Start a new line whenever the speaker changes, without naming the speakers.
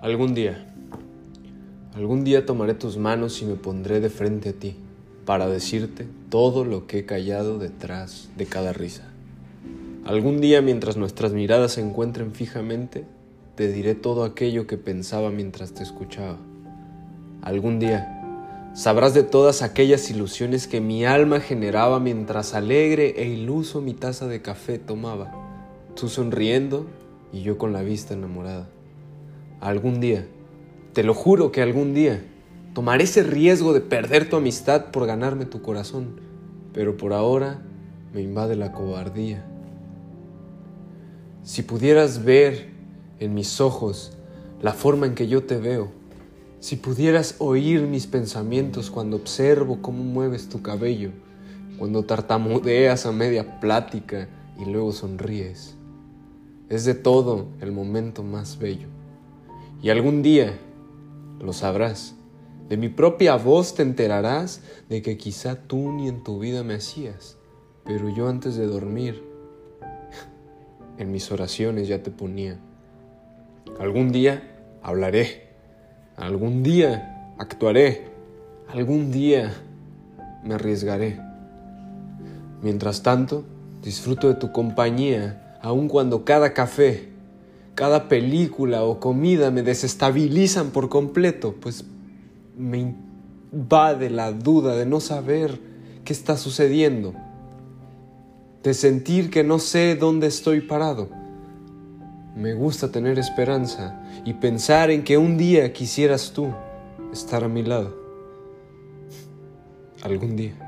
Algún día tomaré tus manos y me pondré de frente a ti para decirte todo lo que he callado detrás de cada risa. Algún día, mientras nuestras miradas se encuentren fijamente, te diré todo aquello que pensaba mientras te escuchaba. Algún día, sabrás de todas aquellas ilusiones que mi alma generaba mientras alegre e iluso mi taza de café tomaba, tú sonriendo y yo con la vista enamorada. Algún día, te lo juro que algún día, tomaré ese riesgo de perder tu amistad por ganarme tu corazón, pero por ahora me invade la cobardía. Si pudieras ver en mis ojos la forma en que yo te veo, si pudieras oír mis pensamientos cuando observo cómo mueves tu cabello, cuando tartamudeas a media plática y luego sonríes, es de todo el momento más bello. Y algún día lo sabrás, de mi propia voz te enterarás de que quizá tú ni en tu vida me hacías, pero yo antes de dormir, en mis oraciones ya te ponía. Algún día hablaré, algún día actuaré, algún día me arriesgaré. Mientras tanto, disfruto de tu compañía, aun cuando cada café, cada película o comida me desestabilizan por completo, pues me invade la duda de no saber qué está sucediendo, de sentir que no sé dónde estoy parado. Me gusta tener esperanza y pensar en que un día quisieras tú estar a mi lado. Algún día.